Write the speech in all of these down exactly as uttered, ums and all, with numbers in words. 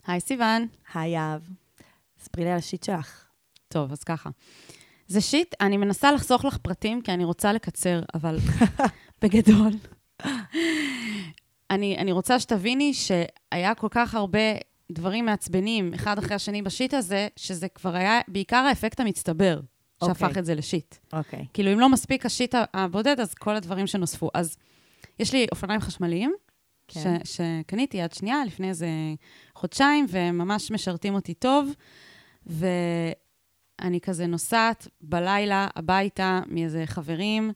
היי סיוון. היי יאב. ספרי לי על השיט שלך. טוב, אז ככה. זה שיט, אני מנסה לחסוך לך פרטים, כי אני רוצה לקצר, אבל בגדול. אני, אני רוצה שתביני שהיה כל כך הרבה דברים מעצבנים, אחד אחרי השני בשיט הזה, שזה כבר היה בעיקר האפקט המצטבר, שהפך Okay. את זה לשיט. אוקיי. Okay. כאילו, אם לא מספיק השיט הבודד, אז כל הדברים שנוספו. אז יש לי אופניים חשמליים, כן. ש, שקניתי יד שנייה לפני איזה חודשיים, וממש משרתים אותי טוב, ואני כזה נוסעת בלילה הביתה מאיזה חברים,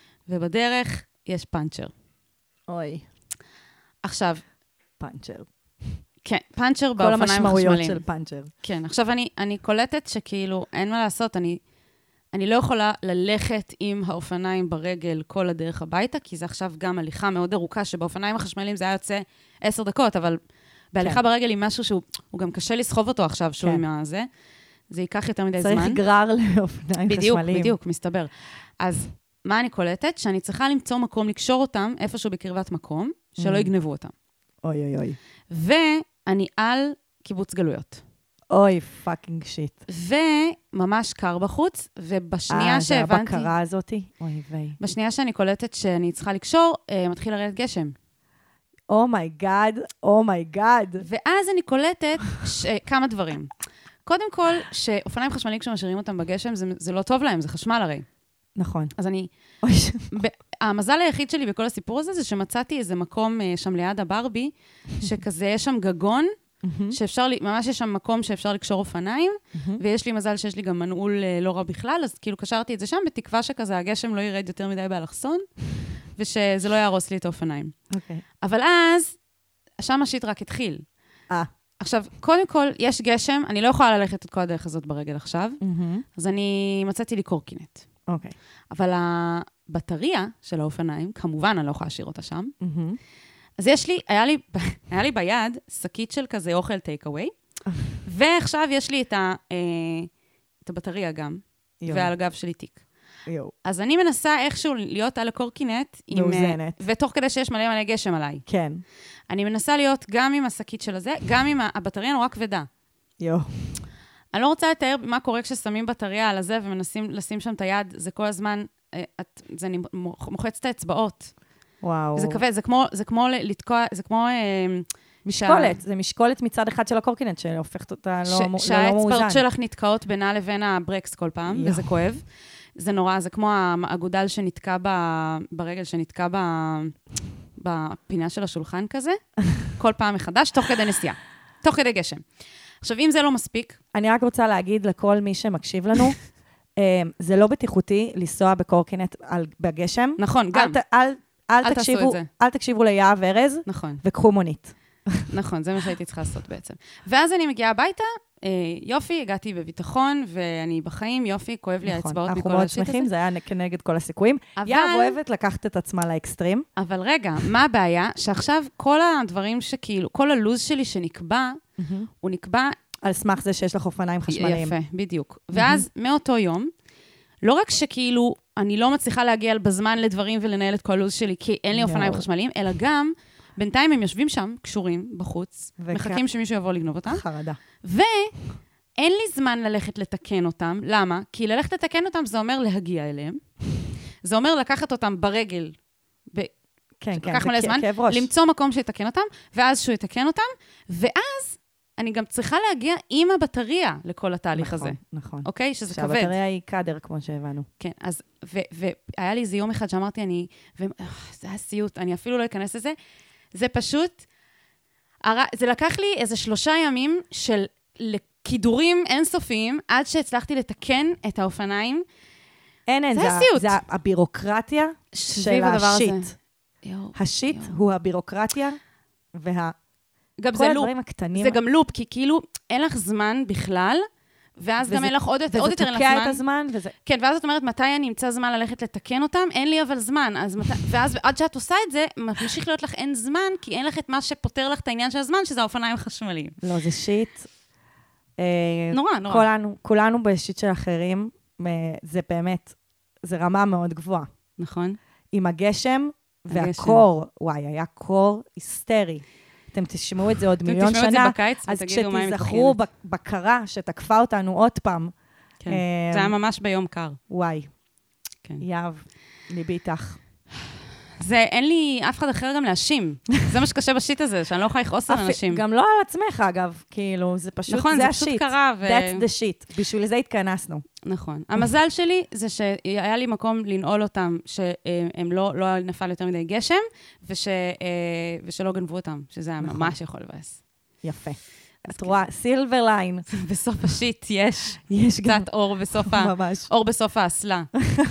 ובדרך יש פאנצ'ר. אוי. עכשיו... פאנצ'ר. כן, פאנצ'ר באופניים חשמליים. כל המשמעויות של פאנצ'ר. כן, עכשיו אני, אני קולטת שכאילו אין מה לעשות, אני, אני לא יכולה ללכת עם האופניים ברגל כל הדרך הביתה, כי זה עכשיו גם הליכה מאוד ארוכה, שבאופניים החשמליים זה היה יוצא עשר דקות, אבל בהליכה כן. ברגל עם משהו שהוא גם קשה לסחוב אותו עכשיו, שהוא כן. עם הזה, זה ייקח יותר מדי צריך זמן. צריך גרר לאופניים בדיוק, חשמליים. בדיוק, בדיוק, מסתבר. אז מה אני קולטת? שאני צריכה למצוא מקום לקשור אותם איפשהו בקרבת מקום, שלא יגנבו אותם. אוי אוי אוי. ואני על קיבוץ גלויות. אוי, פאקינג שיט. וממש קר בחוץ, ובשנייה שהבנתי... אה, זה הבקרה הזאת? אוי ויי. בשנייה שאני קולטת שאני צריכה לקשור, מתחיל לרדת גשם. אומייגאד, אומייגאד. ואז אני קולטת כמה דברים. קודם כל, שאופניים חשמליים כשמשאירים אותם בגשם, זה, זה לא טוב להם, זה חשמל הרי. נכון. אז אני... ב- המזל היחיד שלי בכל הסיפור הזה, זה שמצאתי איזה מקום שם ליד הברבי, שכזה יש שם גגון, שאפשר לי, ממש יש שם מקום שאפשר לקשור אופניים, ויש לי מזל שיש לי גם מנעול לא רע בכלל, אז כאילו קשרתי את זה שם, בתקווה שכזה הגשם לא ירד יותר מדי באלכסון, ושזה לא יהרוס לי את האופניים. אוקיי. אבל אז, שם השיט רק התחיל. אה. עכשיו, קודם כל, יש גשם, אני לא יכולה ללכת את כל הדרך הזאת ברגל עכשיו, אז אני מצאתי לי קורקינט. אוקיי. אבל הבטריה של האופניים, כמובן אני לא יכולה להשאיר אותה שם, אז יש לי, היה לי, היה לי ביד שקית של כזה אוכל טייק-אווי, ועכשיו יש לי את, ה, אה, את הבטריה גם, יו. ועל הגב שלי תיק. יו. אז אני מנסה איכשהו להיות על הקורקינט, מאוזנת. עם, ותוך כדי שיש מלא מלא גשם עליי. כן. אני מנסה להיות גם עם השקית של הזה, גם עם הבטריה נורא כבדה. יו. אני לא רוצה לתאר מה קורה כששמים בטריה על הזה, ומנסים לשים שם את היד, זה כל הזמן, את, זה מוחץ את האצבעות. וואו. זה כבד, זה כמו, זה כמו לתקוע, זה כמו... משקולת, שה... זה משקולת מצד אחד של הקורקינט, שהופכת אותה ש... לא, לא, לא מאוזן. שהאצבעות שלך נתקעות בינה לבין הברקס כל פעם, יו. וזה כואב. זה נורא, זה כמו האגודל שנתקע ב... ברגל, שנתקע ב... בפינה של השולחן כזה, כל פעם מחדש, תוך כדי נסיעה, תוך כדי גשם. עכשיו, אם זה לא מספיק... אני רק רוצה להגיד לכל מי שמקשיב לנו, זה לא בטיחותי לנסוע בקורקינט בגשם. נכון, גם. אל, אל, אל, אל תקשיבו, אל תקשיבו ליהב ורז, נכון. וקחו מונית. נכון, זה מה שהייתי צריכה לעשות בעצם. ואז אני מגיעה הביתה, יופי, הגעתי בביטחון, ואני בחיים, יופי, כואב לי האצבעות מכל השיט הזה. אנחנו מאוד שמחים, זה היה כנגד כל הסיכויים. יהב אוהבת לקחת את עצמה לאקסטרים. אבל רגע, מה הבעיה? שעכשיו כל הדברים שכאילו, כל הלוז שלי שנקבע, הוא נקבע... על סמך זה שיש לך אופניים חשמליים. יפה, בדיוק. ואז מאותו יום, לא רק שכאילו אני לא מצליחה להגיע בזמן לדברים ולנהל את כל הלוז שלי, כי אין לי אופניים חשמליים, אלא גם בינתיים הם יושבים שם, קשורים בחוץ, מחכים שמישהו יבוא לגנוב אותם. חרדה. ואין לי זמן ללכת לתקן אותם. למה? כי ללכת לתקן אותם זה אומר להגיע אליהם. זה אומר לקחת אותם ברגל, כן, כן, לקח מלא זמן, למצוא מקום שיתקן אותם, ואז שהוא יתקן אותם, ואז אני גם צריכה להגיע עם הבטריה לכל התהליך הזה. נכון, נכון. אוקיי? שזה כבד. שהבטריה היא קאדר, כמו שהבנו. כן, אז, והיה לי איזה יום אחד שאמרתי, אני, זה היה סיוט, אני אפילו לא אכנס לזה, זה פשוט, זה לקח לי איזה שלושה ימים של כידורים אינסופיים, עד שהצלחתי לתקן את האופניים. אין, אין, זה הסיוט. זה הבירוקרטיה של השיט. השיט הוא הבירוקרטיה, וה... גם זה לופ, זה גם לופ, כי כאילו אין לך זמן בכלל, ואז גם אין לך עוד יותר אין לך זמן. וזה תוקע את הזמן. כן, ואז את אומרת, מתי אני אמצא זמן ללכת לתקן אותם? אין לי אבל זמן. ואז עד שאת עושה את זה, ממשיך להיות לך אין זמן, כי אין לך את מה שפותר לך את העניין של הזמן, שזה האופניים חשמליים. לא, זה שיט. נורא, נורא. כולנו בשיט של אחרים, זה באמת, זה רמה מאוד גבוהה. נכון. עם הגשם והקור, וואי, היה קור היסטרי. אתם תשמעו את זה עוד מיליון שנה. אתם תשמעו את זה בקיץ ותגידו מה היא מתכנת. אז כשתיזכרו בקרה שתקפה אותנו עוד פעם. כן, זה היה ממש ביום קר. וואי. כן. יאב, ליבי איתך. זה, אין לי אף אחד אחר גם להאשים. זה מה שקשה בשיט הזה, שאני לא יכולה לכעוס על אנשים. גם לא על עצמך, אגב. כאילו, זה פשוט, נכון, זה זה השיט. פשוט קרה. ו... That's the shit. בשביל זה התכנסנו. נכון. המזל שלי זה שהיה לי מקום לנעול אותם, שהם לא, לא נפל יותר מדי גשם, וש, ושלא גנבו אותם, שזה היה ממש יכול לבאס. יפה. את רואה, סילבר ליין. בסוף השיט יש. יש גם. קצת אור בסוף ה... ממש. אור בסוף האסלה.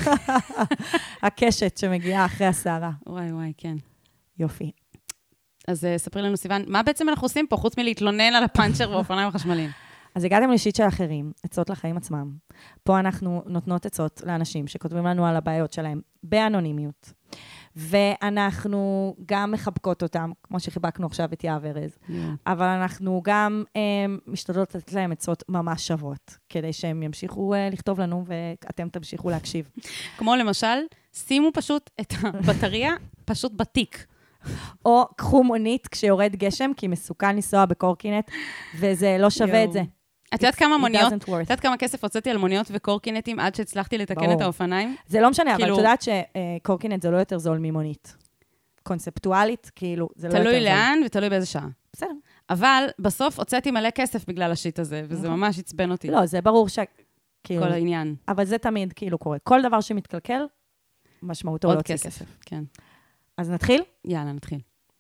הקשת שמגיעה אחרי הסערה. וואי, וואי, כן. יופי. אז ספרי לנו, סיוון, מה בעצם אנחנו עושים פה, חוץ מלהתלונן על הפאנצ'ר ואופניים החשמליים? אז הגעתם לשיט של אחרים, עצות לחיים עצמם. פה אנחנו נותנות עצות לאנשים שכותבים לנו על הבעיות שלהם, באנונימיות. ואנחנו גם מחבקות אותם, כמו שחיבקנו עכשיו את יעב ארז, yeah. אבל אנחנו גם um, משתדלות לתת להם עצות ממש שוות, כדי שהם ימשיכו uh, לכתוב לנו, ואתם תמשיכו להקשיב. כמו למשל, שימו פשוט את הבטריה פשוט בתיק. או קחו מונית כשיורד גשם, כי מסוכן לנסוע בקורקינט, וזה לא שווה את זה. את יודעת כמה מוניות, את יודעת כמה כסף הוצאתי על מוניות וקורקינטים עד שהצלחתי לתקן את האופניים? זה לא משנה, אבל את יודעת שקורקינט זה לא יותר זול ממונית. קונספטואלית, כאילו, זה לא יותר זול. תלוי לאן ותלוי באיזה שעה. בסדר. אבל בסוף הוצאתי מלא כסף בגלל השיט הזה, וזה ממש עצבן אותי. לא, זה ברור ש... כל העניין. אבל זה תמיד כאילו קורה. כל דבר שמתקלקל, משמעותו להוציא כסף. כן. אז נתחיל? יאללה, נתחיל.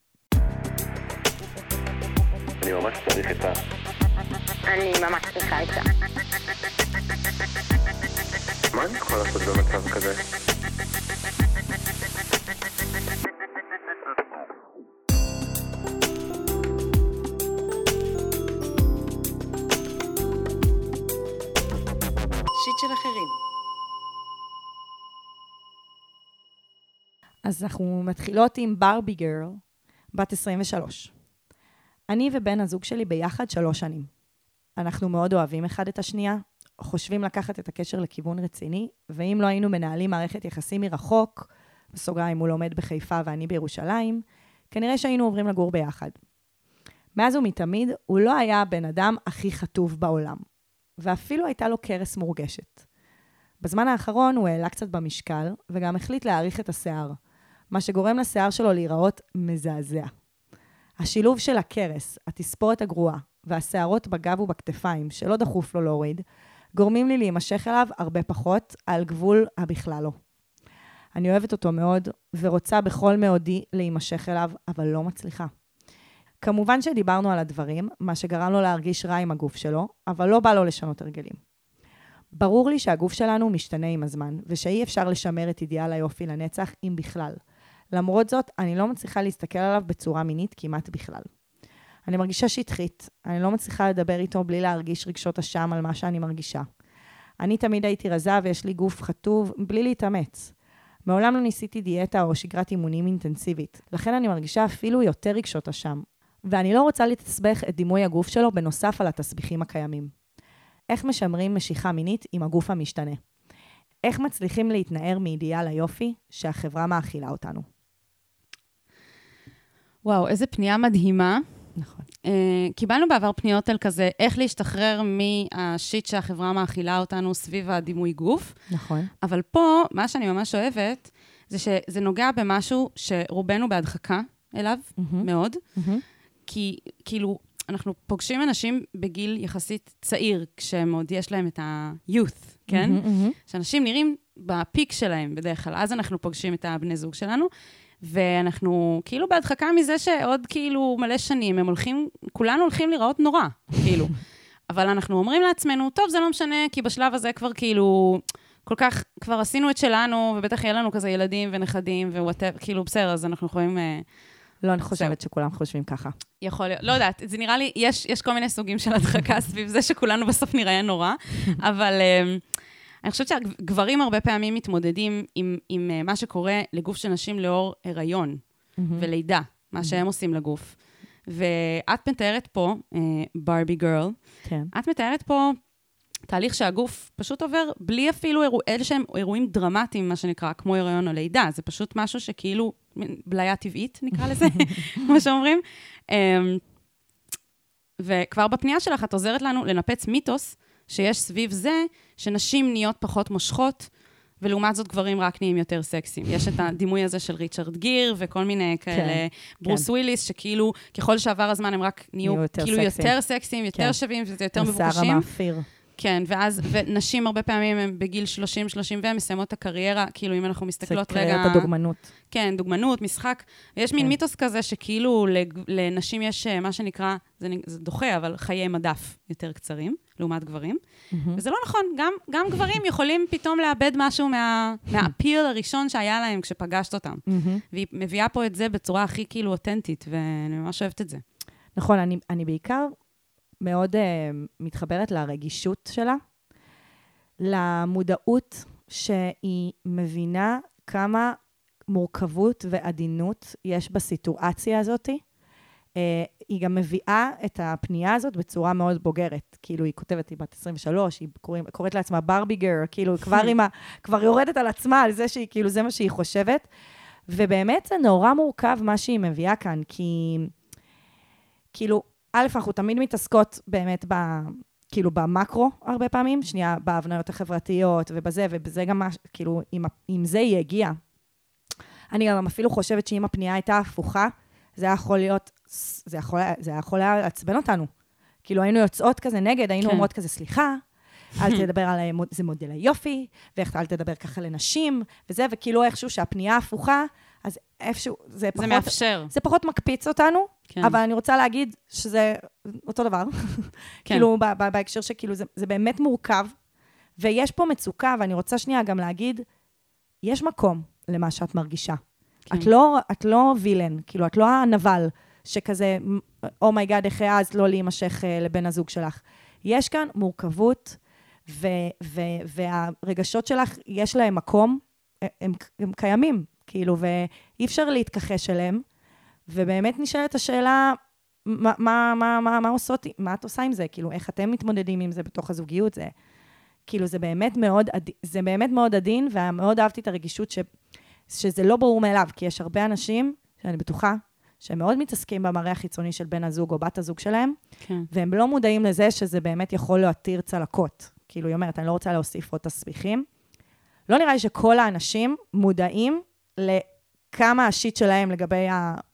אני ממש צריך את ה... אני ממש צריכה את זה. מה אני יכול לעשות במצב כזה? שיט של אחרים. אז אנחנו מתחילות עם ברבי גרל, בת עשרים ושלוש. אני ובן הזוג שלי ביחד שלוש שנים. אנחנו מאוד אוהבים אחד את השנייה, חושבים לקחת את הקשר לכיוון רציני, ואם לא היינו מנהלים מערכת יחסים מרחוק, בסוגריים הוא לומד בחיפה ואני בירושלים, כנראה שהיינו עוברים לגור ביחד. מאז ומתמיד הוא לא היה הבן אדם הכי חטוב בעולם, ואפילו הייתה לו קרס מורגשת. בזמן האחרון הוא העלה קצת במשקל, וגם החליט להאריך את השיער, מה שגורם לשיער שלו להיראות מזעזע. השילוב של הקרס, התספורת הגרועה, והשיערות בגב ובכתפיים, שלא דחוף לו להוריד, גורמים לי להימשך אליו הרבה פחות, על גבול הבכלל לא. אני אוהבת אותו מאוד, ורוצה בכל מאודי להימשך אליו, אבל לא מצליחה. כמובן שדיברנו על הדברים, מה שגרם לו להרגיש רע עם הגוף שלו, אבל לא בא לו לשנות הרגלים. ברור לי שהגוף שלנו משתנה עם הזמן, ושאי אפשר לשמר את אידיאל היופי לנצח, אם בכלל. למרות זאת, אני לא מצליחה להסתכל עליו בצורה מינית כמעט בכלל. אני מרגישה שטחית, אני לא מצליחה לדבר איתו בלי להרגיש רגשות אשם על מה שאני מרגישה. אני תמיד הייתי רזה ויש לי גוף חטוב בלי להתאמץ. מעולם לא ניסיתי דיאטה או שגרת אימונים אינטנסיבית, לכן אני מרגישה אפילו יותר רגשות אשם. ואני לא רוצה להתסבך את דימוי הגוף שלו בנוסף על התסביכים הקיימים. איך משמרים משיכה מינית עם הגוף המשתנה? איך מצליחים להתנער מאידיאל היופי שהחברה מאכילה אותנו? וואו, איזה פנייה מדהימה. נכון. Uh, קיבלנו בעבר פניות על כזה, איך להשתחרר מהשיט שהחברה מאכילה אותנו סביב הדימוי גוף. נכון. אבל פה, מה שאני ממש אוהבת, זה שזה נוגע במשהו שרובנו בהדחקה אליו, mm-hmm. מאוד. Mm-hmm. כי כאילו, אנחנו פוגשים אנשים בגיל יחסית צעיר, כשהם עוד יש להם את ה-youth, כן? Mm-hmm, mm-hmm. שאנשים נראים בפיק שלהם בדרך כלל, אז אנחנו פוגשים את הבני זוג שלנו, ואנחנו כאילו בהדחקה מזה שעוד כאילו מלא שנים, הם הולכים, כולנו הולכים לראות נורא, כאילו. אבל אנחנו אומרים לעצמנו, טוב, זה לא משנה, כי בשלב הזה כבר כאילו, כל כך, כבר עשינו את שלנו, ובטח יהיה לנו כזה ילדים ונכדים, ווואטאב, כאילו בסדר, אז אנחנו יכולים... לא, אני חושבת שכולם חושבים ככה. יכול להיות, לא יודעת, זה נראה לי, יש, יש כל מיני סוגים של הדחקה סביב זה שכולנו בסוף נראה נורא, אבל אני חושבת שהגברים הרבה פעמים מתמודדים עם, עם מה שקורה לגוף של נשים לאור הריון ולידה, מה שהם עושים לגוף. ואת מתארת פה, ברבי גרל, את מתארת פה תהליך שהגוף פשוט עובר בלי אפילו אירוע, אלה שהם אירועים דרמטיים, מה שנקרא, כמו הריון או לידה. זה פשוט משהו שכאילו, בליה טבעית, נקרא לזה, כמו שאומרים. וכבר בפנייה שלך, את עוזרת לנו לנפץ מיתוס, שיש סביב זה, שנשים נהיות פחות מושכות, ולעומת זאת גברים רק נהיים יותר סקסיים. יש את הדימוי הזה של ריצ'רד גיר, וכל מיני כאלה, ברוס וויליס, שכאילו, ככל שעבר הזמן הם רק נהיו כאילו יותר סקסיים, יותר שווים, ויותר מבוקשים. שיער המאפיר. כן, ואז, ונשים הרבה פעמים הן בגיל שלושים שלושים והם מסיימות את הקריירה, כאילו אם אנחנו מסתכלות רגע... זה קריירת הדוגמנות. כן, דוגמנות, משחק. ויש מין מיתוס כזה שכאילו לנשים יש מה שנקרא, זה דוחה, אבל חיי מדף יותר קצרים, לעומת גברים. וזה לא נכון, גם גברים יכולים פתאום לאבד משהו מהאפיל הראשון שהיה להם כשפגשת אותם. והיא מביאה פה את זה בצורה הכי כאילו אותנטית, ואני ממש אוהבת את זה. נכון, אני בעיקר מאוד uh, מתחברת לרגישות שלה, למודעות שהיא מבינה כמה מורכבות ועדינות יש בסיטואציה הזאת. Uh, היא גם מביאה את הפנייה הזאת בצורה מאוד בוגרת. כאילו, היא כותבת, היא בת עשרים ושלוש, היא קוראים, קוראת לעצמה ברבי גר, כאילו, כבר, עם ה, כבר יורדת על עצמה, על זה שהיא, כאילו, זה מה שהיא חושבת. ובאמת זה נורא מורכב מה שהיא מביאה כאן, כי, כאילו, א', אנחנו תמיד מתעסקות באמת ב, כאילו במקרו הרבה פעמים, שנייה בהבניות החברתיות ובזה, ובזה גם, כאילו, אם, אם זה יגיע. אני גם אפילו חושבת שאם הפנייה הייתה הפוכה, זה יכול להיות, זה יכול, זה יכול לעצבן אותנו. כאילו היינו יוצאות כזה נגד, היינו כן. אומרות כזה, סליחה, אל תדבר על זה מודל היופי, ואיך אל תדבר ככה לנשים, וזה, וכאילו איכשהו שהפנייה הפוכה, אז איפשהו, זה פחות... זה מאפשר. זה פחות מקפיץ אותנו, כן. אבל אני רוצה להגיד שזה אותו דבר. כן. כאילו, בהקשר שכאילו, זה, זה באמת מורכב, ויש פה מצוקה, ואני רוצה שנייה גם להגיד, יש מקום למה שאת מרגישה. כן. את לא, את לא וילן, כאילו, את לא הנבל, שכזה, אומייגאד, איך אז לא להימשך לבן הזוג שלך. יש כאן מורכבות, ו, ו, והרגשות שלך, יש להם מקום, הם, הם קיימים. כאילו, ואי אפשר להתכחש אליהם, ובאמת נשאלת השאלה, מה, מה, מה, מה, מה עושות, מה את עושה עם זה? כאילו, איך אתם מתמודדים עם זה בתוך הזוגיות? זה, כאילו, זה באמת מאוד, זה באמת מאוד עדין, ומאוד אהבתי את הרגישות ש, שזה לא ברור מאליו, כי יש הרבה אנשים, שאני בטוחה, שהם מאוד מתעסקים במראה החיצוני של בן הזוג או בת הזוג שלהם, כן. והם לא מודעים לזה שזה באמת יכול להתיר צלקות. כאילו, היא אומרת, אני לא רוצה להוסיף עוד תסביכים. לא נראה לי שכל האנשים מודעים לכמה השיט שלהם לגבי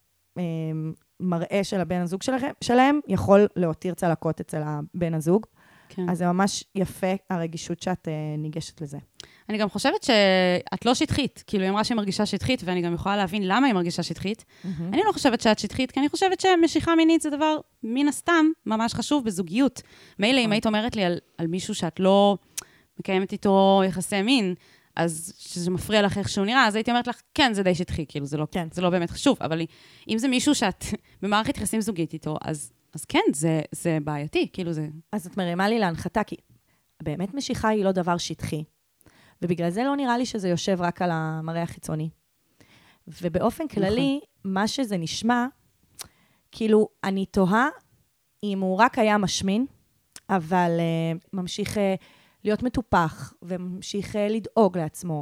המראה של הבן הזוג שלהם, יכול להותיר צלקות אצל הבן הזוג. כן. אז זה ממש יפה, הרגישות שאת ניגשת לזה. אני גם חושבת שאת לא שטחית. כאילו, היא אמרה שהיא מרגישה שטחית, ואני גם יכולה להבין למה היא מרגישה שטחית. Mm-hmm. אני לא חושבת שאת שטחית, כי אני חושבת שמשיכה מינית זה דבר, מן הסתם, ממש חשוב בזוגיות. מילא, אם היית אומרת לי על, על מישהו שאת לא מקיימת איתו יחסי מין, אז שזה מפריע לך איך שהוא נראה, אז הייתי אומרת לך, כן, זה די שטחי, כאילו, זה לא, כן. זה לא באמת חשוב, אבל אם זה מישהו שאת במערכת יחסים זוגית איתו, אז, אז כן, זה, זה בעייתי, כאילו זה... אז את מרימה לי להנחתה, כי באמת משיכה היא לא דבר שטחי, ובגלל זה לא נראה לי שזה יושב רק על המראה החיצוני. ובאופן כללי, מה שזה נשמע, כאילו, אני תוהה אם הוא רק היה משמין, אבל uh, ממשיך... Uh, להיות מטופח, וממשיך לדאוג לעצמו,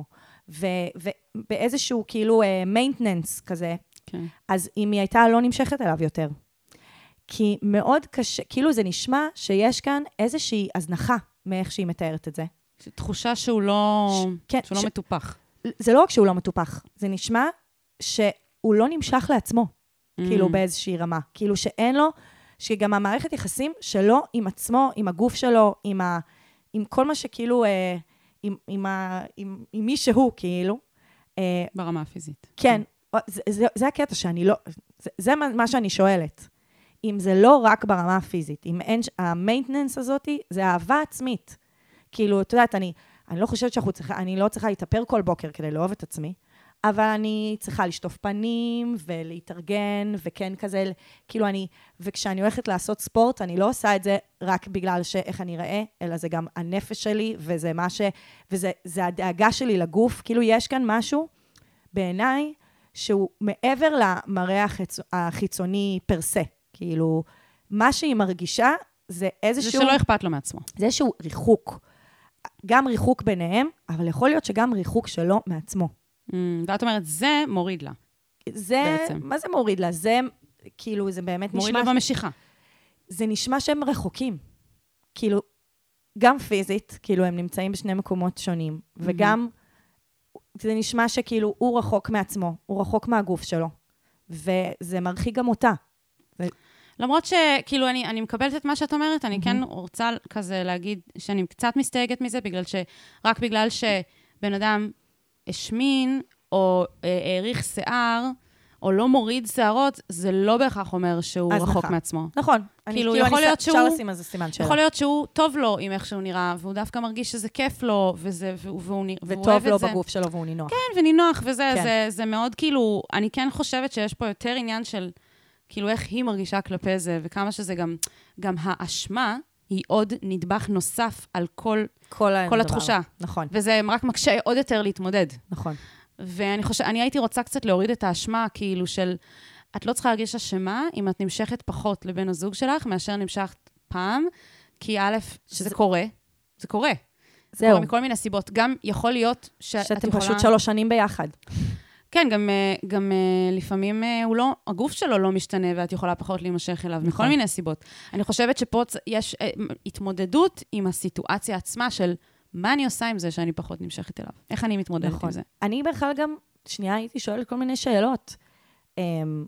ובאיזשהו כאילו maintenance כזה, כן. אז אם היא הייתה לא נמשכת אליו יותר. כי מאוד קשה, כאילו זה נשמע שיש כאן איזושהי הזנחה מאיך שהיא מתארת את זה. תחושה שהוא לא, ש... כן, שהוא ש... לא מטופח. זה לא רק שהוא לא מטופח, זה נשמע שהוא לא נמשך לעצמו, mm. כאילו באיזושהי רמה. כאילו שאין לו, שגם המערכת יחסים שלו עם עצמו, עם הגוף שלו, עם ה... עם כל מה שכאילו, אה, עם, עם, ה, עם, עם מי שהוא, כאילו. אה, ברמה הפיזית. כן, זה, זה, זה הקטע שאני לא, זה, זה מה שאני שואלת. אם זה לא רק ברמה הפיזית, אם אין, המיינטננס הזאת, זה אהבה עצמית. כאילו, את יודעת, אני, אני לא חושבת שאנחנו צריכה, אני לא צריכה להתאפר כל בוקר כדי לאהוב את עצמי, אבל אני צריכה לשטוף פנים ולהתארגן, וכן כזה, כאילו אני, וכשאני הולכת לעשות ספורט, אני לא עושה את זה רק בגלל שאיך אני ראה, אלא זה גם הנפש שלי, וזה מה ש... וזה זה הדאגה שלי לגוף. כאילו יש כאן משהו, בעיניי, שהוא מעבר למראה החיצ... החיצוני פרסה. כאילו, מה שהיא מרגישה, זה איזשהו... זה שלא אכפת לו מעצמו. זה איזשהו ריחוק. גם ריחוק ביניהם, אבל יכול להיות שגם ריחוק שלו מעצמו. ואת אומרת, זה מוריד לה. זה, בעצם. מה זה מוריד לה? זה, כאילו, זה באמת נשמע... מוריד לה במשיכה. זה נשמע שהם רחוקים. כאילו, גם פיזית, כאילו, הם נמצאים בשני מקומות שונים, וגם, זה נשמע שכאילו, הוא רחוק מעצמו, הוא רחוק מהגוף שלו, וזה מרחיק גם אותה. למרות שכאילו אני, אני מקבלת את מה שאת אומרת, אני כן רוצה כזה להגיד שאני קצת מסתייגת מזה, בגלל ש... רק בגלל שבן אדם השמין, או העריך שיער, או לא מוריד שערות, זה לא בהכרח אומר שהוא רחוק מעצמו. נכון. כאילו, יכול להיות שהוא... אפשר לשים איזה סימן שאלה. יכול להיות שהוא טוב לו עם איך שהוא נראה, והוא דווקא מרגיש שזה כיף לו, וזה, והוא אוהב את זה. וטוב לו בגוף שלו, והוא נינוח. כן, ונינוח, וזה, זה, זה מאוד כאילו... אני כן חושבת שיש פה יותר עניין של... כאילו, איך היא מרגישה כלפי זה, וכמה שזה גם... גם האשמה היא עוד נדבך נוסף על כל... כל, כל התחושה. נכון. וזה רק מקשה עוד יותר להתמודד. נכון. ואני חושבת, אני הייתי רוצה קצת להוריד את האשמה, כאילו של, את לא צריכה להרגיש אשמה אם את נמשכת פחות לבן הזוג שלך, מאשר נמשכת פעם, כי א', שזה קורה, זה קורה. זה קורה מכל מיני סיבות. גם יכול להיות שאת שאתם יכולה... פשוט שלוש שנים ביחד. כן, גם, גם לפעמים הוא לא, הגוף שלו לא משתנה, ואת יכולה פחות להימשך אליו, נכון. מכל מיני סיבות. אני חושבת שפה יש התמודדות עם הסיטואציה עצמה של... מה אני עושה עם זה שאני פחות נמשכת אליו? איך אני מתמודדת נכון. עם זה? אני בכלל גם, שנייה, הייתי שואלת כל מיני שאלות. Um,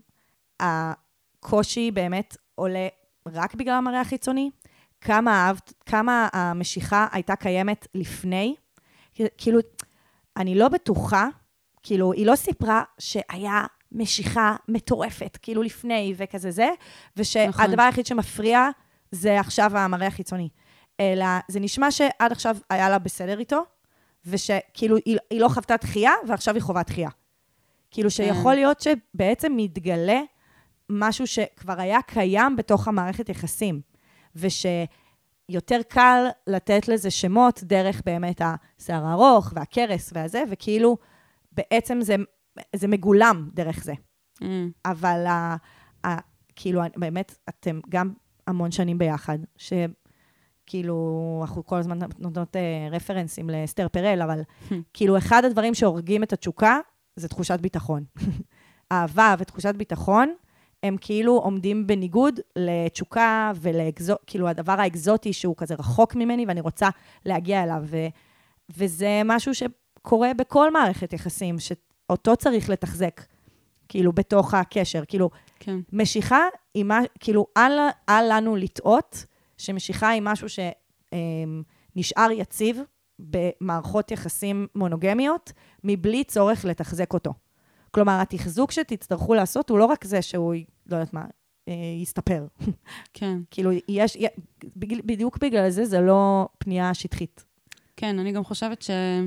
הקושי באמת עולה רק בגלל המראה החיצוני? כמה אהבת, כמה המשיכה הייתה קיימת לפני? כאילו, אני לא בטוחה, כאילו, היא לא סיפרה שהיה משיכה מטורפת, כאילו לפני וכזה זה, ושהדבר נכון. היחיד שמפריע זה עכשיו המראה החיצוני. אלא זה נשמע שעד עכשיו היה לה בסדר איתו, ושכאילו היא, היא לא חוותה דחייה, ועכשיו היא חובה דחייה. כאילו שיכול להיות שבעצם מתגלה משהו שכבר היה קיים בתוך המערכת יחסים, ושיותר קל לתת לזה שמות דרך באמת השיער הארוך והקרס והזה, וכאילו בעצם זה, זה מגולם דרך זה. Mm. אבל ה, ה, כאילו באמת אתם גם המון שנים ביחד, ש... כאילו, אנחנו כל הזמן נותנות רפרנסים לאסתר פרל, אבל כאילו, אחד הדברים שהורגים את התשוקה, זה תחושת ביטחון. אהבה ותחושת ביטחון, הם כאילו עומדים בניגוד לתשוקה וכאילו, הדבר האקזוטי שהוא כזה רחוק ממני, ואני רוצה להגיע אליו. ו, וזה משהו שקורה בכל מערכת יחסים, שאותו צריך לתחזק, כאילו, בתוך הקשר. כאילו, כן. משיכה, מה, כאילו, אל, אל לנו לטעות, שמשיכה היא משהו שנשאר יציב במערכות יחסים מונוגמיות, מבלי צורך לתחזק אותו. כלומר, התחזוק שתצטרכו לעשות, הוא לא רק זה שהוא, לא יודעת מה, יסתפר. כן. כאילו, יש, בדיוק בגלל זה, זה לא פנייה שטחית. כן, אני גם חושבת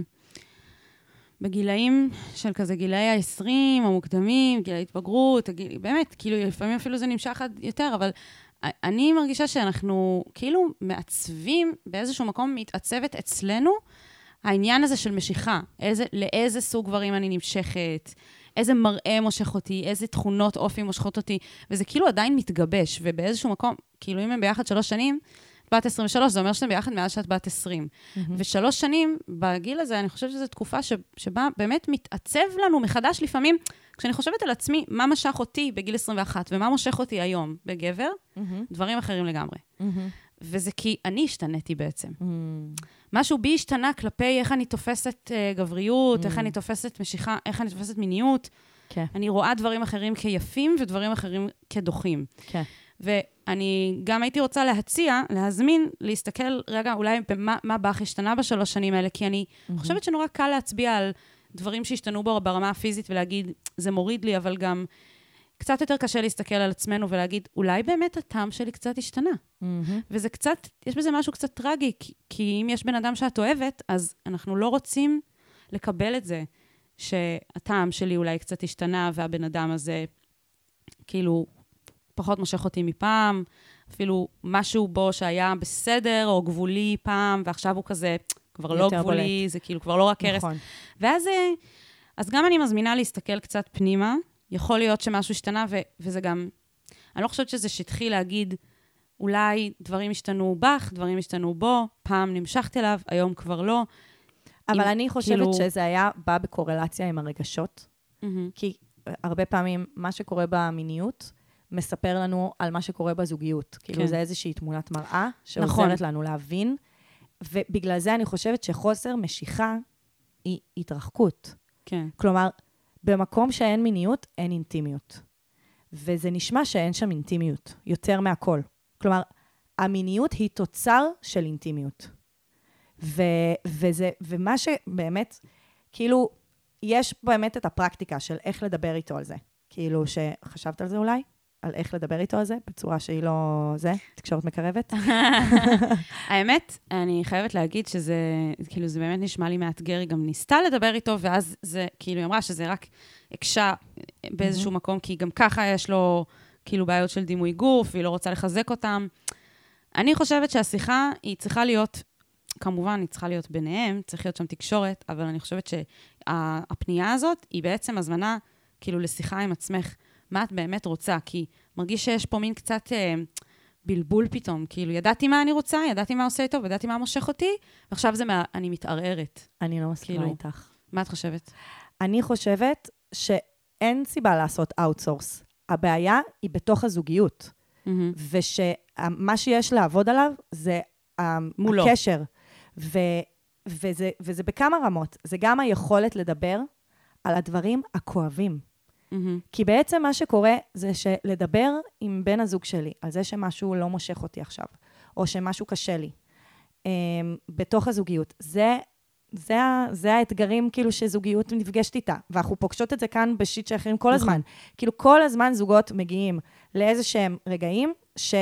שבגילאים של כזה גילאי ה-עשרים, המוקדמים, גילאי התבגרות, הגיל, באמת, כאילו, לפעמים אפילו זה נמשך עד יותר, אבל... אני מרגישה שאנחנו כאילו מעצבים, באיזשהו מקום מתעצבת אצלנו, העניין הזה של משיכה, איזה, לאיזה סוג גברים אני נמשכת, איזה מראה מושך אותי, איזה תכונות אופי מושכות אותי, וזה כאילו עדיין מתגבש, ובאיזשהו מקום, כאילו אם הם ביחד שלוש שנים, בת עשרים ושלוש, זה אומר שאתם ביחד מאז שאת בת עשרים. Mm-hmm. ושלוש שנים, בגיל הזה, אני חושבת שזו תקופה ש, שבה באמת מתעצב לנו מחדש לפעמים, כשאני חושבת על עצמי, מה משך אותי בגיל עשרים ואחת, ומה מושך אותי היום בגבר, mm-hmm. דברים אחרים לגמרי. Mm-hmm. וזה כי אני השתניתי בעצם. Mm-hmm. משהו בי השתנה כלפי איך אני תופסת uh, גבריות, mm-hmm. איך אני תופסת משיכה, איך אני תופסת מיניות. Okay. אני רואה דברים אחרים כיפים, ודברים אחרים כדוחים. כן. Okay. ואני גם הייתי רוצה להציע, להזמין, להסתכל רגע אולי במה מה באך השתנה בשלוש שנים האלה, כי אני mm-hmm. חושבת שנורא קל להצביע על דברים שהשתנו בו ברמה הפיזית ולהגיד, זה מוריד לי, אבל גם קצת יותר קשה להסתכל על עצמנו ולהגיד, אולי באמת הטעם שלי קצת השתנה. Mm-hmm. וזה קצת, יש בזה משהו קצת טרגי, כי, כי אם יש בן אדם שאת אוהבת, אז אנחנו לא רוצים לקבל את זה, שהטעם שלי אולי קצת השתנה, והבן אדם הזה כאילו פחות מושך אותי מפעם, אפילו משהו בו שהיה בסדר או גבולי פעם, ועכשיו הוא כזה כבר לא גבולי, בולט. זה כאילו כבר לא רק קרס. נכון. ואז אז גם אני מזמינה להסתכל קצת פנימה, יכול להיות שמשהו השתנה, ו- וזה גם, אני לא חושבת שזה שטחי להגיד, אולי דברים השתנו בך, דברים השתנו בו, פעם נמשכת אליו, היום כבר לא. אבל אם, אני חושבת כאילו... שזה היה בא בקורלציה עם הרגשות, Mm-hmm. כי הרבה פעמים מה שקורה במיניות, מספר לנו על מה שקורה בזוגיות. כאילו כן. זה איזושהי תמונת מראה, שעוזרת נכון. לנו להבין, ובגלל זה אני חושבת שחוסר משיכה היא התרחקות. כן. כלומר, במקום שאין מיניות, אין אינטימיות. וזה נשמע שאין שם אינטימיות, יותר מהכל. כלומר, המיניות היא תוצר של אינטימיות. ו- וזה, ומה שבאמת, כאילו, יש באמת את הפרקטיקה של איך לדבר איתו על זה. כאילו, שחשבת על זה אולי? על איך לדבר איתו על זה, בצורה שהיא לא... זה, תקשורת מקרבת. האמת, אני חייבת להגיד שזה, כאילו, זה באמת נשמע לי מאתגר, היא גם ניסתה לדבר איתו, ואז זה, כאילו, היא אמרה שזה רק הקשה באיזשהו מקום, כי גם ככה יש לו, כאילו, בעיות של דימוי גוף, והיא לא רוצה לחזק אותם. אני חושבת שהשיחה היא צריכה להיות, כמובן, היא צריכה להיות ביניהם, צריך להיות שם תקשורת, אבל אני חושבת שהפנייה הזאת היא בעצם הזמנה, כאילו, לשיחה עם עצמך, מה את באמת רוצה, כי מרגיש שיש פה מין קצת אה, בלבול פתאום, כאילו, ידעתי מה אני רוצה, ידעתי מה עושה איתו, וידעתי מה מושך אותי, ועכשיו זה מה, אני מתערערת. אני לא מסכימה כאילו, איתך. מה את חושבת? אני חושבת שאין סיבה לעשות אאוטסורס. הבעיה היא בתוך הזוגיות. Mm-hmm. ושמה שיש לעבוד עליו זה מולו. הקשר. ו, וזה, וזה בכמה רמות. זה גם היכולת לדבר על הדברים הכואבים. Mm-hmm. כי בעצם מה שקורה זה שלדבר עם בן הזוג שלי, על זה שמשהו לא מושך אותי עכשיו, או שמשהו קשה לי, um, בתוך הזוגיות, זה, זה, זה האתגרים כאילו שזוגיות נפגשת איתה, ואנחנו פוגשות את זה כאן בשיט שאחרים כל הזמן. כאילו כל הזמן זוגות מגיעים לאיזה שהם רגעים,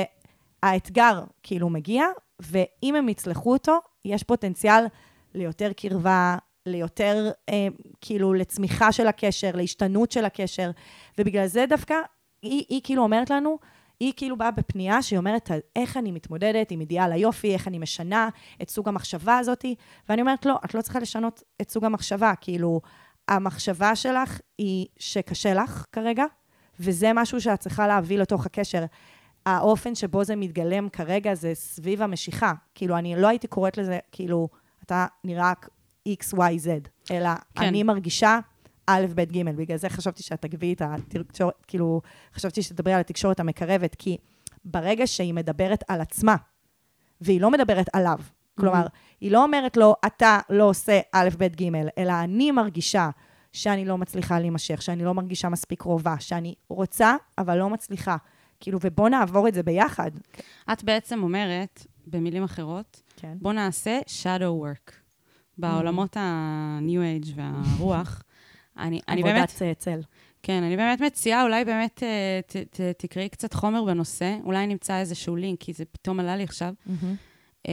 שהאתגר כאילו מגיע, ואם הם יצלחו אותו, יש פוטנציאל ליותר קרבה, ליותר, אה, כאילו, לצמיחה של הקשר, להשתנות של הקשר, ובגלל זה דווקא, היא, היא כאילו אומרת לנו, היא כאילו באה בפנייה, שהיא אומרת, איך אני מתמודדת עם אידיאל היופי, איך אני משנה את סוג המחשבה הזאת, ואני אומרת, לא, את לא צריכה לשנות את סוג המחשבה, כאילו, המחשבה שלך היא שקשה לך כרגע, וזה משהו שאת צריכה להביא לתוך הקשר. האופן שבו זה מתגלם כרגע, זה סביב המשיכה. כאילו, אני לא הייתי קוראת לזה, כאילו, אתה נראה X, Y, Z, אלא כן. אני מרגישה א', ב', ג', בגלל זה חשבתי שאת תגבי את התקשורת, כאילו, חשבתי שתדברי על התקשורת המקרבת, כי ברגע שהיא מדברת על עצמה, והיא לא מדברת עליו, כלומר, mm-hmm. היא לא אומרת לו, אתה לא עושה א', ב', ג', אלא אני מרגישה שאני לא מצליחה להימשך, שאני לא מרגישה מספיק רובה, שאני רוצה, אבל לא מצליחה. כאילו, ובוא נעבור את זה ביחד. את בעצם אומרת, במילים אחרות, כן. בוא נעשה shadow work. בעולמות ה-new age והרוח. אני, אני באמת... עבודת צל. כן, אני באמת מציעה, אולי באמת ת, ת, תקראי קצת חומר בנושא, אולי נמצא איזשהו לינק, כי זה פתאום עלה לי עכשיו. Mm-hmm.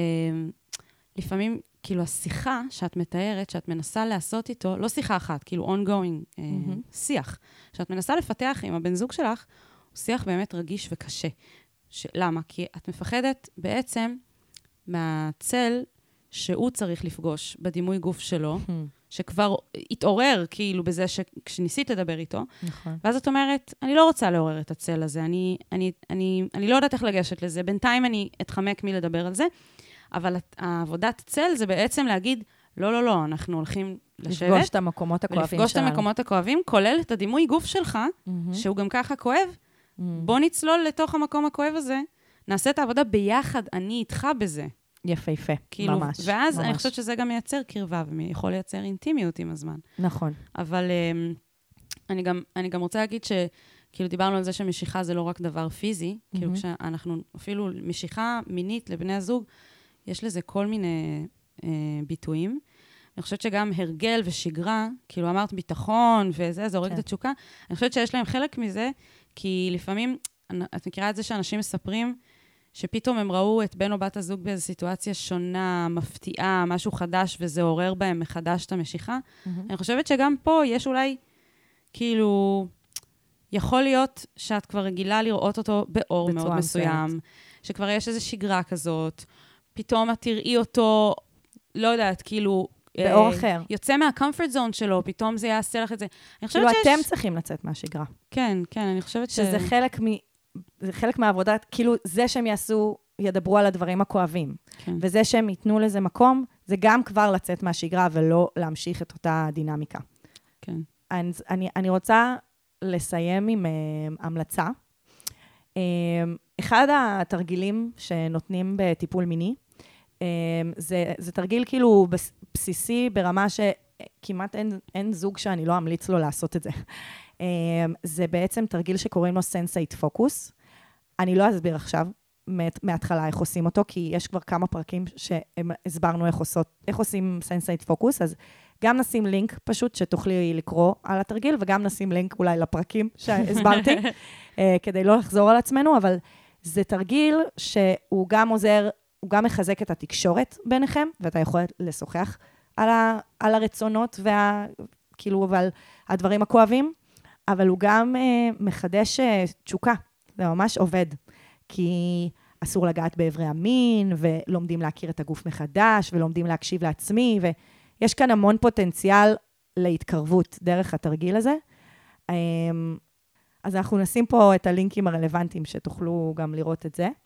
לפעמים, כאילו, השיחה שאת מתארת, שאת מנסה לעשות איתו, לא שיחה אחת, כאילו ongoing, mm-hmm. שיח, שאת מנסה לפתח עם הבן זוג שלך, הוא שיח באמת רגיש וקשה. ש... למה? כי את מפחדת בעצם מהצל שהוא צריך לפגוש בדימוי גוף שלו, mm-hmm. שכבר התעורר כאילו בזה ש... כשניסית לדבר איתו, נכון. ואז את אומרת, אני לא רוצה לעורר את הצל הזה, אני, אני, אני, אני לא יודעת איך לגשת לזה, בינתיים אני אתחמק מלדבר על זה, אבל העבודת צל זה בעצם להגיד, לא, לא, לא, אנחנו הולכים לשבת, לפגוש את המקומות הכואבים שלנו. ולפגוש את המקומות הכואבים, כולל את הדימוי גוף שלך, mm-hmm. שהוא גם ככה כואב, mm-hmm. בוא נצלול לתוך המקום הכואב הזה, נעשה את העבודה ביחד, אני איתך בזה. יפה, יפה, כאילו, ממש. ואז ממש. אני חושבת שזה גם מייצר קרבה, ויכול לייצר אינטימיות עם הזמן. נכון. אבל um, אני, גם, אני גם רוצה להגיד שכאילו דיברנו על זה שמשיכה זה לא רק דבר פיזי, mm-hmm. כאילו כשאנחנו אפילו משיכה מינית לבני הזוג, יש לזה כל מיני אה, ביטויים. אני חושבת שגם הרגל ושגרה, כאילו אמרת ביטחון וזה, זה הורג את התשוקה, אני חושבת שיש להם חלק מזה, כי לפעמים, את מכירה את זה שאנשים מספרים, שפתאום הם ראו את בן או בת הזוג באיזו סיטואציה שונה, מפתיעה, משהו חדש, וזה עורר בהם מחדש את המשיכה. Mm-hmm. אני חושבת שגם פה יש אולי, כאילו, יכול להיות שאת כבר רגילה לראות אותו באור מאוד מסוים, סרט. שכבר יש איזו שגרה כזאת, פתאום את תראי אותו, לא יודעת, כאילו... באור אה, אחר. יוצא מהcomfort zone שלו, פתאום זה יעשה לך את זה. כאילו, אתם שיש... צריכים לצאת מהשגרה. כן, כן, אני חושבת שזה ש... חלק מ... זה חלק מהעבודה, כאילו זה שהם יעשו, ידברו על הדברים הכואבים. כן. וזה שהם ייתנו לזה מקום, זה גם כבר לצאת מהשגרה ולא להמשיך את אותה דינמיקה. כן. אני, אני, אני רוצה לסיים עם uh, המלצה. Uh, אחד התרגילים שנותנים בטיפול מיני, uh, זה, זה תרגיל כאילו בסיסי ברמה שכמעט אין, אין זוג שאני לא אמליץ לו לעשות את זה. Uh, זה בעצם תרגיל שקוראים לו סנסייט פוקוס. אני לא אסביר עכשיו מההתחלה איך עושים אותו, כי יש כבר כמה פרקים שהסברנו איך, עושות, איך עושים סנסייט פוקוס, אז גם נשים לינק פשוט שתוכלי לקרוא על התרגיל, וגם נשים לינק אולי לפרקים שהסברתי, כדי לא לחזור על עצמנו, אבל זה תרגיל שהוא גם עוזר, הוא גם מחזק את התקשורת ביניכם, ואתה יכול לשוחח על, ה, על הרצונות, וה, כאילו, ועל הדברים הכואבים, אבל הוא גם מחדש תשוקה, זה ממש עובד, כי אסור לגעת בעברי המין, ולומדים להכיר את הגוף מחדש, ולומדים להקשיב לעצמי, ויש כאן המון פוטנציאל להתקרבות דרך התרגיל הזה. אז אנחנו נשים פה את הלינקים הרלוונטיים, שתוכלו גם לראות את זה.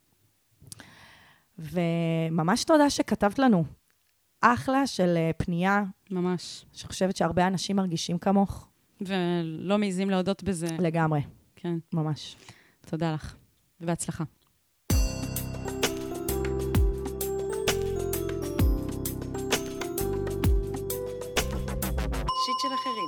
וממש תודה שכתבת לנו. אחלה של פנייה. ממש. שחושבת שהרבה אנשים מרגישים כמוך. ולא מעיזים להודות בזה. לגמרי. כן. ממש. תודה לך. ובהצלחה. שיט של אחרים.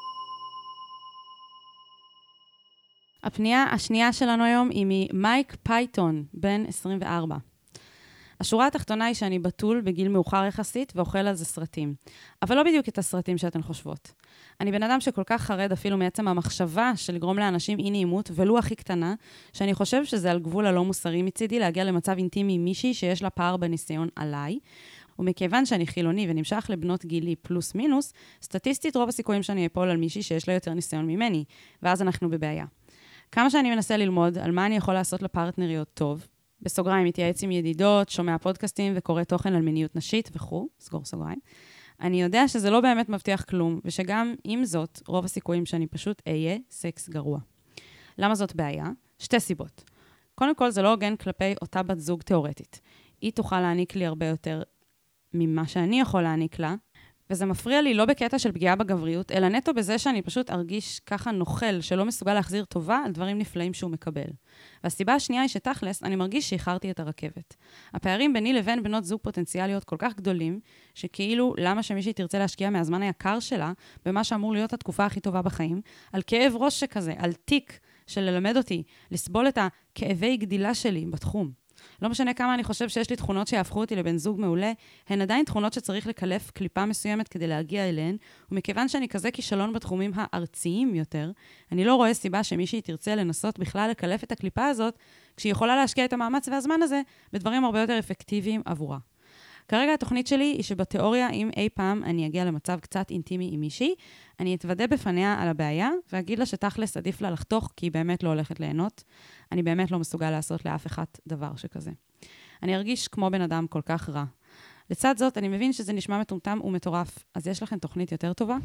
הפנייה השנייה שלנו היום היא ממייק פייתון, בן עשרים וארבע. השורה התחתונה היא שאני בתול בגיל מאוחר יחסית ואוכל על זה סרטים. אבל לא בדיוק את הסרטים שאתן חושבות. אני בן אדם שכל כך חרד אפילו מעצם המחשבה של לגרום לאנשים אי נעימות, ולו הכי קטנה, שאני חושב שזה על גבול הלא מוסרי מצידי להגיע למצב אינטימי עם מישהי שיש לה פער בניסיון עליי, ומכיוון שאני חילוני ונמשך לבנות גילי פלוס מינוס, סטטיסטית רוב הסיכויים שאני אפול על מישהי שיש לה יותר ניסיון ממני, ואז אנחנו בבעיה. כמה שאני מנסה ללמוד על מה אני יכול לעשות לפרטנריות טוב, בסוגריים, מתייעץ עם ידידות, שומע פודקאסטים וקורא תוכן על מיניות נשית וכו', סגור סוגריים. אני יודע שזה לא באמת מבטיח כלום, ושגם עם זאת, רוב הסיכויים שאני פשוט אהיה סקס גרוע. למה זאת בעיה? שתי סיבות. קודם כל, זה לא הוגן כלפי אותה בת זוג תיאורטית. היא תוכל להעניק לי הרבה יותר ממה שאני יכול להעניק לה, וזה מפריע לי לא בקטע של פגיעה בגבריות, אלא נטו בזה שאני פשוט ארגיש ככה נוכל, שלא מסוגל להחזיר טובה על דברים נפלאים שהוא מקבל. והסיבה השנייה היא שתכלס, אני מרגיש שאיחרתי את הרכבת. הפערים ביני לבין בנות זוג פוטנציאליות כל כך גדולים, שכאילו למה שמישהי תרצה להשקיע מהזמן היקר שלה, במה שאמור להיות התקופה הכי טובה בחיים, על כאב ראש שכזה, על תיק של ללמד אותי, לסבול את הכאבי גדילה שלי בתחום. לא משנה כמה אני חושב שיש לי תכונות שיהפכו אותי לבן זוג מעולה, הן עדיין תכונות שצריך לקלף קליפה מסוימת כדי להגיע אליהן, ומכיוון שאני כזה כישלון בתחומים הארציים יותר, אני לא רואה סיבה שמישהי תרצה לנסות בכלל לקלף את הקליפה הזאת, כשהיא יכולה להשקיע את המאמץ והזמן הזה בדברים הרבה יותר אפקטיביים עבורה. כרגע התוכנית שלי היא שבתיאוריה, אם אי פעם אני אגיע למצב קצת אינטימי עם מישהי, אני אתוודא בפניה על הבעיה, ואגיד לה שתכלס עדיף לה לחתוך, כי היא באמת לא הולכת ליהנות. אני באמת לא מסוגל לעשות לאף אחד דבר שכזה. אני ארגיש כמו בן אדם כל כך רע. לצד זאת, אני מבין שזה נשמע מטומטם ומטורף, אז יש לכם תוכנית יותר טובה?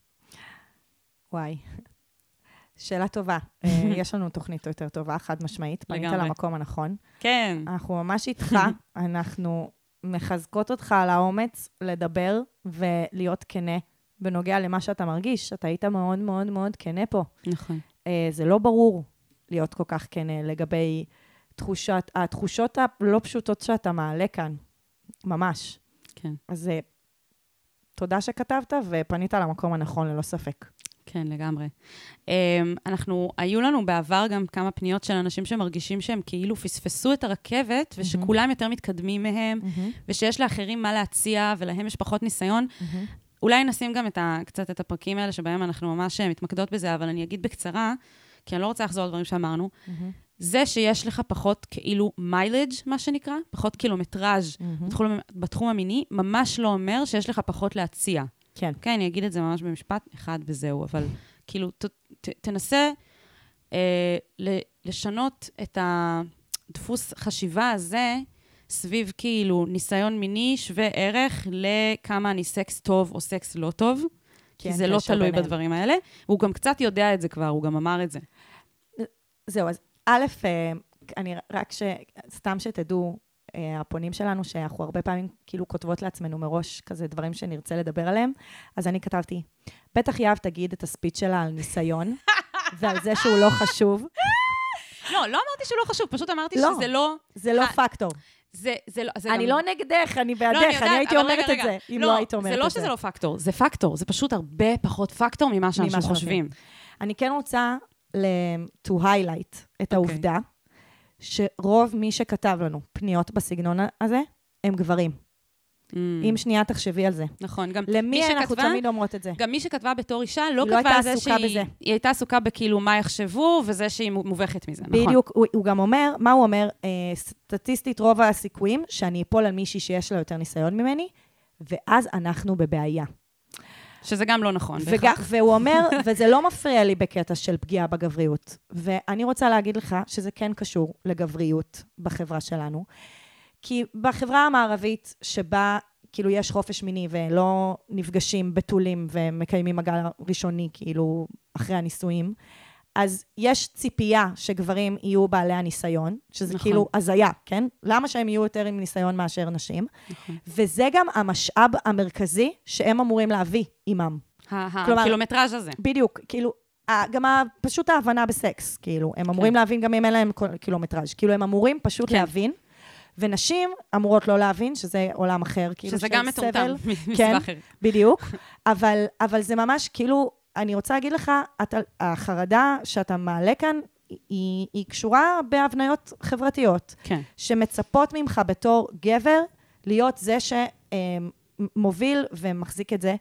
וואי. שאלה טובה. יש לנו תוכנית יותר טובה, חד משמעית. פנית למקום הנכון. כן. אנחנו ממש איתך. אנחנו מחזקות אותך על האומץ לדבר ולהיות כנה בנוגע למה שאתה מרגיש. אתה היית מאוד מאוד מאוד כנה פה. נכון. זה לא ברור להיות כל כך כנה לגבי תחושת, התחושות הלא פשוטות שאתה מעלה כאן. ממש. כן. אז תודה שכתבת ופנית למקום הנכון ללא ספק. כן, לגמרי. אנחנו, היו לנו בעבר גם כמה פניות של אנשים שמרגישים שהם כאילו פספסו את הרכבת, ושכולם יותר מתקדמים מהם, ושיש לאחרים מה להציע, ולהם יש פחות ניסיון. אולי נשים גם את ה, קצת את הפרקים האלה, שבהם אנחנו ממש מתמקדות בזה, אבל אני אגיד בקצרה, כי אני לא רוצה לחזור על דברים שאמרנו, זה שיש לך פחות כאילו מיילג', מה שנקרא, פחות קילומטראז' בתחום, בתחום המיני, ממש לא אומר שיש לך פחות להציע. כן. כן, אני אגיד את זה ממש במשפט אחד וזהו, אבל כאילו, ת, ת, תנסה אה, לשנות את הדפוס חשיבה הזה, סביב כאילו ניסיון מיני שווה ערך לכמה אני סקס טוב או סקס לא טוב, כן, כי זה לא תלוי ביניהם. בדברים האלה. הוא גם קצת יודע את זה כבר, הוא גם אמר את זה. זהו, אז א', אני רק ש... סתם שתדעו, הפונים שלנו, שאנחנו הרבה פעמים כאילו כותבות לעצמנו מראש כזה דברים שנרצה לדבר עליהם, אז אני כתבתי, בטח יאהב תגיד את הספיץ שלה על ניסיון, ועל זה שהוא לא חשוב. לא, לא אמרתי שהוא לא חשוב, פשוט אמרתי לא, שזה לא... זה לא פקטור. זה, זה לא, זה אני גם... לא נגדך, אני בעדך, לא, אני, יודעת, אני הייתי אומרת רגע, את רגע. זה, אם לא, לא היית אומרת את זה. זה לא שזה לא פקטור, זה פקטור, זה פשוט הרבה פחות פקטור ממה שאנשים חושבים. אני כן רוצה to highlight את העובדה, שרוב מי שכתב לנו פניות בסגנון הזה, הם גברים. אם שנייה תחשבי על זה. נכון, גם למי אנחנו תמיד אומרות את זה? גם מי שכתבה בתור אישה, לא לא כתבה הייתה על זה עסוקה שהיא... בזה. היא הייתה עסוקה בכאילו מה יחשבו, וזה שהיא מובכת מזה, נכון? בדיוק, הוא, הוא גם אומר, מה הוא אומר? אה, סטטיסטית רוב הסיכויים שאני אפול על מישהי שיש לה יותר ניסיון ממני, ואז אנחנו בבעיה. שזה גם לא נכון. וג... והוא אומר, וזה לא מפריע לי בקטע של פגיעה בגבריות. ואני רוצה להגיד לך שזה כן קשור לגבריות בחברה שלנו, כי בחברה המערבית שבה כאילו יש חופש מיני ולא נפגשים בתולים ומקיימים מגע ראשוני כאילו אחרי הנישואים, אז יש ציפייה שגברים יהיו בעלי הניסיון, שזה נכון. כאילו הזיה, כן? למה שהם יהיו יותר עם ניסיון מאשר נשים? נכון. וזה גם המשאב המרכזי שהם אמורים להביא עימם. הקילומטראז' הזה. בדיוק, כאילו, גם פשוט ההבנה בסקס, כאילו, הם אמורים כן. להבין גם אם אין להם קילומטראז', כאילו הם אמורים פשוט כן. להבין, ונשים אמורות לא להבין, שזה עולם אחר, כאילו שזה גם מטומטם, כן, בדיוק, אבל, אבל זה ממש, כאילו, אני רוצה להגיד לך, אתה, החרדה שאתה מעלה כאן, היא, היא קשורה בהבניות חברתיות, כן. שמצפות ממך בתור גבר, להיות זה שמוביל ומחזיק את זה,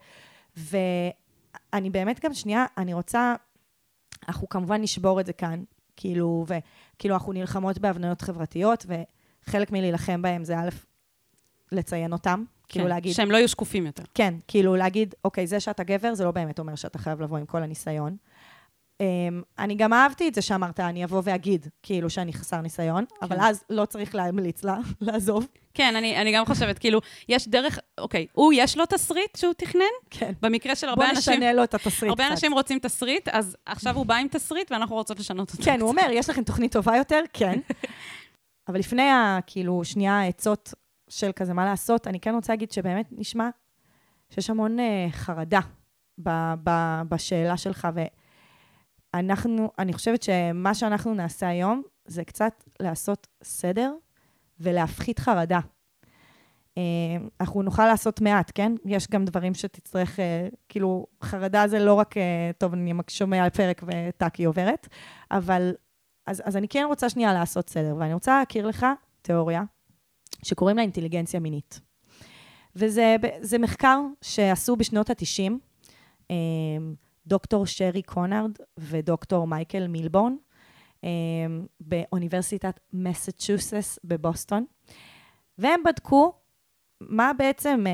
ואני באמת גם שנייה, אני רוצה, אנחנו כמובן נשבור את זה כאן, כאילו, וכאילו אנחנו נלחמות בהבניות חברתיות, ו... חלק מלהילחם בהם זה א', לציין אותם, כן, כאילו להגיד... שהם לא יהיו שקופים יותר. כן, כאילו להגיד, אוקיי, זה שאתה גבר, זה לא באמת אומר שאתה חייב לבוא עם כל הניסיון. Um, אני גם אהבתי את זה שאמרת, אני אבוא ואגיד, כאילו שאני חסר ניסיון, כן. אבל אז לא צריך להמליץ לה, לעזוב. כן, אני, אני גם חושבת, כאילו, יש דרך, אוקיי, הוא יש לו תסריט שהוא תכנן? כן. במקרה של הרבה אנשים... בוא נשנה לו את התסריט. הרבה קצת. אנשים רוצים תסריט, אז עכשיו הוא בא עם תסריט, ואנחנו רוצות לשנות אותו. כן, הוא אומר, יש לכם תוכנית טובה יותר? כן. אבל לפני, כאילו, שנייה העצות של כזה מה לעשות, אני כן רוצה להגיד שבאמת נשמע שיש המון uh, חרדה ב- ב- בשאלה שלך, ואנחנו, אני חושבת שמה שאנחנו נעשה היום, זה קצת לעשות סדר ולהפחית חרדה. Uh, אנחנו נוכל לעשות מעט, כן? יש גם דברים שתצטרך, uh, כאילו, חרדה זה לא רק, uh, טוב, אני שומע על פרק וטאקי עוברת, אבל... אז, אז אני כן רוצה שנייה לעשות סדר, ואני רוצה להכיר לך תיאוריה שקוראים לה אינטליגנציה מינית. וזה זה מחקר שעשו בשנות ה-תשעים, דוקטור שרי קונרד ודוקטור מייקל מילבורן, באוניברסיטת מסצ'וסטס בבוסטון, והם בדקו מה בעצם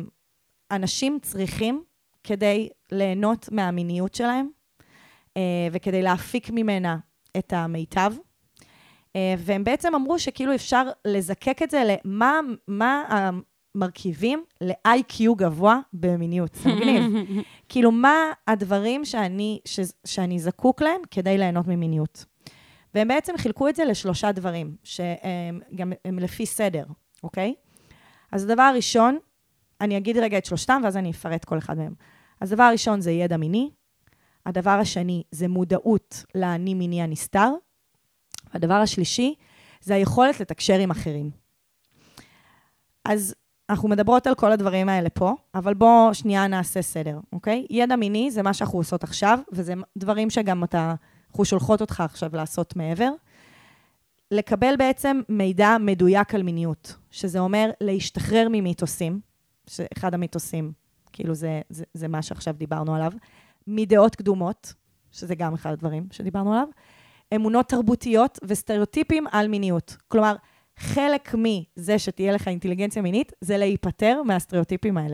אנשים צריכים כדי ליהנות מהמיניות שלהם, וכדי להפיק ממנה את המיטב, והם בעצם אמרו שכאילו אפשר לזקק את זה למה מה המרכיבים ל-איי קיו גבוה במיניות. זה מגניב. כאילו מה הדברים שאני, ש, שאני זקוק להם כדי ליהנות ממיניות. והם בעצם חילקו את זה לשלושה דברים, שהם גם הם לפי סדר, אוקיי? אז הדבר הראשון, אני אגיד רגע את שלושתם, ואז אני אפרט כל אחד מהם. אז הדבר הראשון זה ידע מיני, הדבר השני זה מודעות לאני מיני הנסתר, והדבר השלישי זה היכולת לתקשר עם אחרים. אז אנחנו מדברות על כל הדברים האלה פה, אבל בואו שנייה נעשה סדר, אוקיי? ידע מיני זה מה שאנחנו עושות עכשיו, וזה דברים שגם אתה, אנחנו שולחות אותך עכשיו לעשות מעבר. לקבל בעצם מידע מדויק על מיניות, שזה אומר להשתחרר ממיתוסים, שאחד המיתוסים, כאילו זה, זה, זה מה שעכשיו דיברנו עליו, מדעות קדומות, שזה גם אחד הדברים שדיברנו עליו, אמונות תרבותיות וסטריאוטיפים על מיניות. כלומר, חלק מזה שתהיה לך אינטליגנציה מינית, זה להיפטר מהסטריאוטיפים האלה.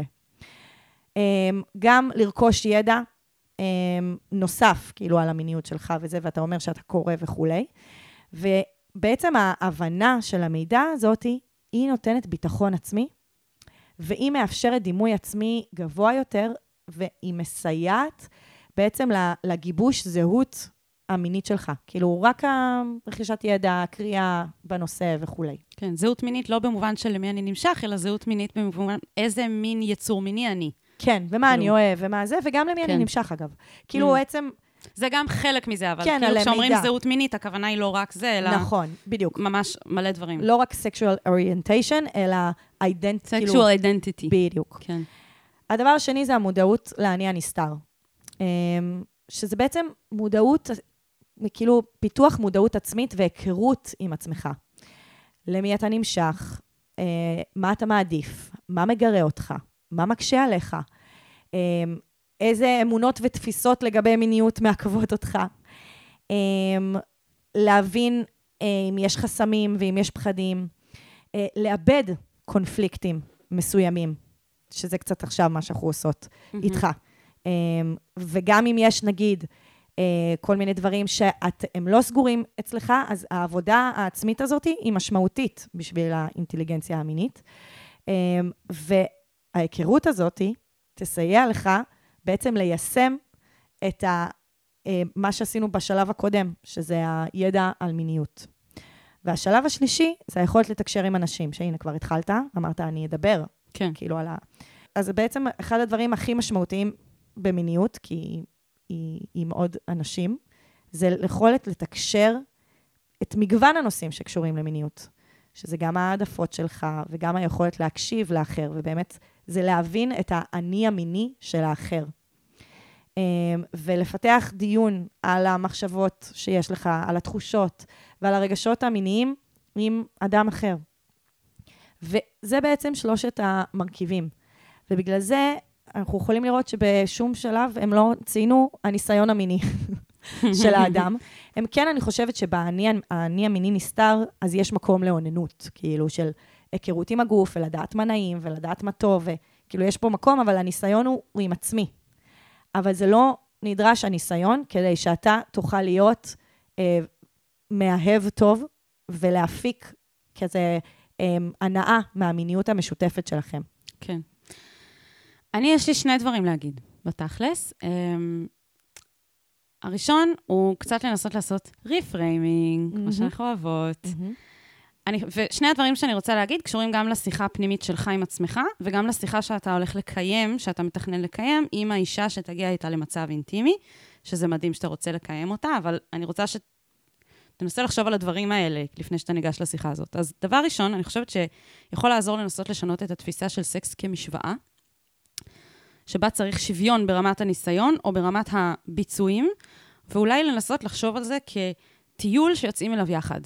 גם לרכוש ידע נוסף, כאילו, על המיניות שלך וזה, ואתה אומר שאתה קורא וכו'. ובעצם ההבנה של המידע הזאת, היא נותנת ביטחון עצמי, והיא מאפשרת דימוי עצמי גבוה יותר, והיא מסייעת בעצם לגיבוש זהות המינית שלך. כאילו, רק הרכישת ידע, הקריאה בנושא וכולי. כן, זהות מינית לא במובן של למי אני נמשך, אלא זהות מינית במובן איזה מין יצור מיני אני. כן, ומה אני אוהב, ומה זה, וגם למי אני נמשך, אגב. כאילו, בעצם... זה גם חלק מזה, אבל כן, כאילו כשאומרים זהות מינית, הכוונה היא לא רק זה, אלא... נכון, בדיוק. ממש מלא דברים. לא רק sexual orientation, אלא identity. sexual identity. בדיוק. כן. הדבר השני זה המודעות לאני הנסתר. שזה בעצם מודעות, כאילו פיתוח מודעות עצמית והיכרות עם עצמך. למי אתה נמשך, מה אתה מעדיף, מה מגרה אותך, מה מקשה עליך, איזה אמונות ותפיסות לגבי מיניות מעכבות אותך. להבין אם יש חסמים ואם יש פחדים. לאבד קונפליקטים מסוימים, שזה קצת עכשיו מה שאנחנו עושות איתך. וגם אם יש, נגיד, כל מיני דברים שהם לא סגורים אצלך, אז העבודה העצמית הזאת היא משמעותית בשביל האינטליגנציה המינית. וההיכרות הזאת תסייע לך בעצם ליישם את ה, מה שעשינו בשלב הקודם, שזה הידע על מיניות. והשלב השלישי זה היכולת לתקשר עם אנשים, שהנה כבר התחלת, אמרת אני אדבר. כן. כאילו על ה... אז זה בעצם אחד הדברים הכי משמעותיים במיניות, כי היא עם עוד אנשים, זה יכולת לתקשר את מגוון הנושאים שקשורים למיניות. שזה גם העדפות שלך, וגם היכולת להקשיב לאחר, ובאמת זה להבין את האני המיני של האחר. ולפתח דיון על המחשבות שיש לך, על התחושות, ועל הרגשות המיניים עם אדם אחר. וזה בעצם שלושת המרכיבים. ובגלל זה אנחנו יכולים לראות שבשום שלב הם לא ציינו הניסיון המיני של האדם. הם כן, אני חושבת שבאני המיני נסתר, אז יש מקום לעוננות, כאילו של היכרות עם הגוף, ולדעת מה נעים, ולדעת מה טוב, וכאילו יש פה מקום, אבל הניסיון הוא, הוא עם עצמי. אבל זה לא נדרש הניסיון, כדי שאתה תוכל להיות אה, מאהב טוב, ולהפיק כזה אה, הנאה מהמיניות המשותפת שלכם. כן. אני, יש לי שני דברים להגיד, בתכלס. הראשון הוא קצת לנסות לעשות ריפריימינג, מה שאנחנו אוהבות. אני, ושני הדברים שאני רוצה להגיד קשורים גם לשיחה הפנימית שלך עם עצמך, וגם לשיחה שאתה הולך לקיים, שאתה מתכנן לקיים, עם האישה שתגיע איתה למצב אינטימי, שזה מדהים שאתה רוצה לקיים אותה, אבל אני רוצה שתנסה לחשוב על הדברים האלה, לפני שאתה ניגש לשיחה הזאת. אז דבר ראשון, אני חושבת שיכול לעזור לנסות לשנות את התפיסה של סקס כמשוואה, שבה צריך שוויון ברמת הניסיון, או ברמת הביצועים, ואולי לנסות לחשוב על זה כטיול שיוצאים אליו יחד.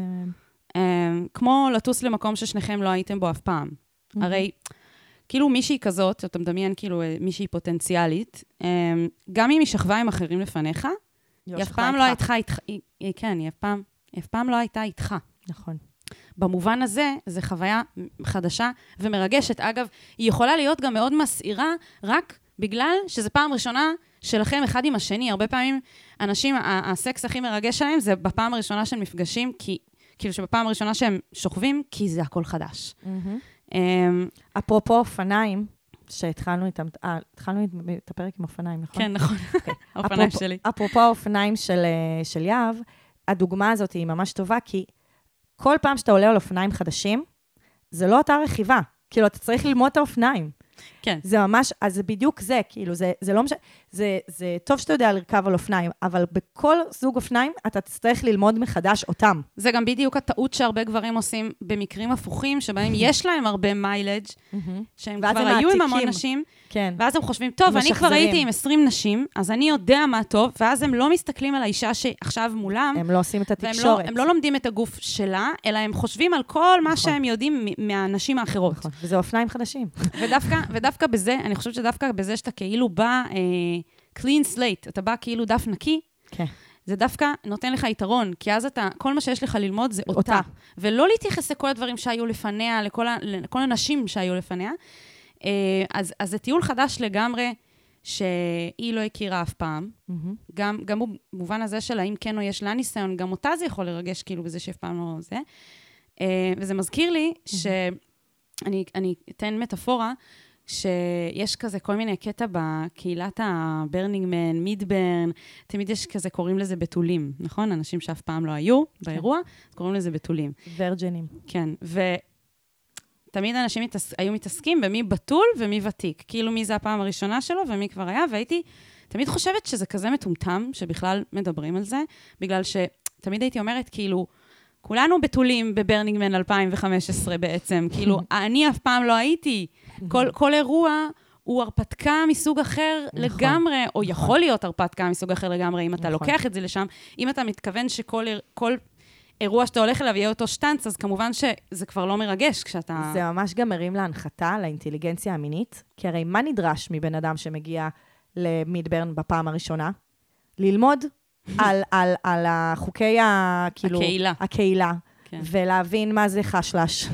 כמו לטוס למקום ששניכם לא הייתם בו אף פעם. הרי, כאילו מישהי כזאת, אתה מדמיין כאילו מישהי פוטנציאלית, גם אם היא שכבה עם אחרים לפניך, היא אף פעם לא הייתה איתך, כן, היא אף פעם לא הייתה איתך. נכון. במובן הזה, זו חוויה חדשה ומרגשת. אגב, היא יכולה להיות גם מאוד מסעירה, רק בגלל שזו פעם ראשונה שלכם אחד עם השני. הרבה פעמים אנשים, הסקס הכי מרגש שלהם, זה בפעם הראשונה שהם מפגשים, כי, כאילו שבפעם הראשונה שהם שוכבים, כי זה הכל חדש. אפרופו אופניים, שהתחלנו איתם, אה, התחלנו את הפרק עם אופניים, נכון? כן, נכון. האופניים שלי. אפרופו האופניים של יהב, הדוגמה הזאת היא ממש טובה, כי כל פעם שאתה עולה על אופניים חדשים, זה לא אותה רכיבה. כאילו, אתה צריך ללמוד את האופניים. כן. זה ממש, אז זה בדיוק זה, כאילו, זה, זה לא משנה, זה, זה טוב שאתה יודע לרכב על אופניים, אבל בכל זוג אופניים, אתה תצטרך ללמוד מחדש אותם. זה גם בדיוק הטעות שהרבה גברים עושים במקרים הפוכים, שבהם יש להם הרבה מיילג' שהם כבר היו עם המון נשים, כן. ואז הם חושבים, טוב, אני כבר הייתי עם עשרים נשים, אז אני יודע מה טוב, ואז הם לא מסתכלים על האישה שעכשיו מולם. הם לא עושים את התקשורת. הם לא לומדים את הגוף שלה, אלא הם חושבים על כל מה שהם יודעים מהנשים האחרות. נכון, וזה אופניים חדשים. ודווקא, ודווקא בזה, אני חושבת שדווקא בזה שאתה כאילו בא uh, clean slate, אתה בא כאילו דף נקי, כן. זה דווקא נותן לך יתרון, כי אז אתה, כל מה שיש לך ללמוד זה אותה. אותה. ולא להתייחס לכל הדברים שהיו לפניה, לכל, ה, לכל הנשים שהיו לפניה. Uh, אז, אז זה טיול חדש לגמרי, שהיא לא הכירה אף פעם. Mm-hmm. גם, גם במובן הזה של האם כן או יש לה ניסיון, גם אותה זה יכול לרגש כאילו בזה שאף פעם לא זה. Uh, וזה מזכיר לי mm-hmm. ש... אני, אני אתן מטאפורה, שיש כזה כל מיני קטע בקהילת הברנינגמן, מידברן, תמיד יש כזה, קוראים לזה בתולים, נכון? אנשים שאף פעם לא היו באירוע, אז קוראים לזה בתולים. ורג'נים. כן, ותמיד אנשים מתעס... היו מתעסקים במי בתול ומי ותיק, כאילו מי זה הפעם הראשונה שלו ומי כבר היה, והייתי תמיד חושבת שזה כזה מטומטם, שבכלל מדברים על זה, בגלל שתמיד הייתי אומרת, כאילו, כולנו בתולים בברנינגמן אלפיים וחמש עשרה בעצם, כאילו, אני אף פעם לא הייתי. כל, כל אירוע הוא הרפתקה מסוג אחר נכון, לגמרי, או נכון. יכול להיות הרפתקה מסוג אחר לגמרי, אם אתה נכון. לוקח את זה לשם. אם אתה מתכוון שכל כל אירוע שאתה הולך אליו יהיה אותו שטנץ, אז כמובן שזה כבר לא מרגש כשאתה... זה ממש גם מרים להנחתה, לאינטליגנציה המינית, כי הרי מה נדרש מבן אדם שמגיע למידברן בפעם הראשונה? ללמוד על, על, על החוקי ה... כאילו, הקהילה. הקהילה. כן. ולהבין מה זה חשלש.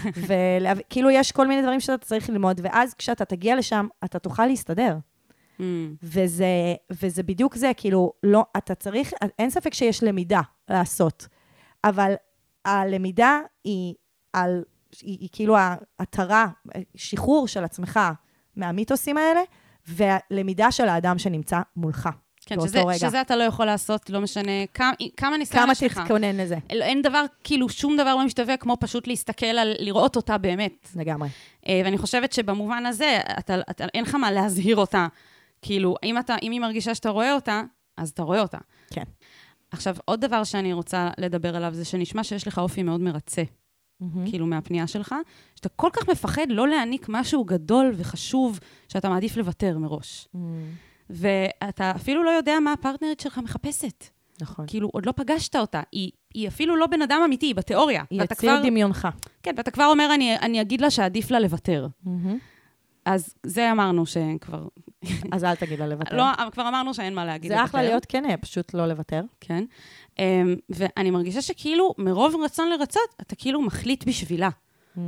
וכאילו יש כל מיני דברים שאתה צריך ללמוד, ואז כשאתה תגיע לשם, אתה תוכל להסתדר. Mm. וזה, וזה בדיוק זה, כאילו, לא, אתה צריך, אין ספק שיש למידה לעשות, אבל הלמידה היא, על, היא, היא כאילו ההתרה, שחרור של עצמך מהמיתוסים האלה, והלמידה של האדם שנמצא מולך. כן, שזה, שזה אתה לא יכול לעשות, לא משנה, כמה, כמה ניסיון יש לך. כמה תתכונן לזה. אין דבר, כאילו, שום דבר לא משתווה, כמו פשוט להסתכל על, לראות אותה באמת. לגמרי. ואני חושבת שבמובן הזה, אתה, אתה, אין לך מה להזהיר אותה. כאילו, אם, אתה, אם היא מרגישה שאתה רואה אותה, אז אתה רואה אותה. כן. עכשיו, עוד דבר שאני רוצה לדבר עליו, זה שנשמע שיש לך אופי מאוד מרצה. Mm-hmm. כאילו, מהפנייה שלך, שאתה כל כך מפחד לא להעניק משהו גדול וחשוב, שאתה מעדיף לוותר מראש. Mm-hmm. ואתה אפילו לא יודע מה הפרטנרית שלך מחפשת. נכון. כאילו, עוד לא פגשת אותה. היא, היא אפילו לא בן אדם אמיתי, היא בתיאוריה. היא יציר כבר, דמיונך. כן, ואתה כבר אומר, אני, אני אגיד לה שעדיף לה לוותר. Mm-hmm. אז זה אמרנו שכבר... אז אל תגיד לה לוותר. לא, כבר אמרנו שאין מה להגיד לוותר. זה אחלה להיות כן, פשוט לא לוותר. כן. ואני מרגישה שכאילו, מרוב רצון לרצות, אתה כאילו מחליט בשבילה. Mm.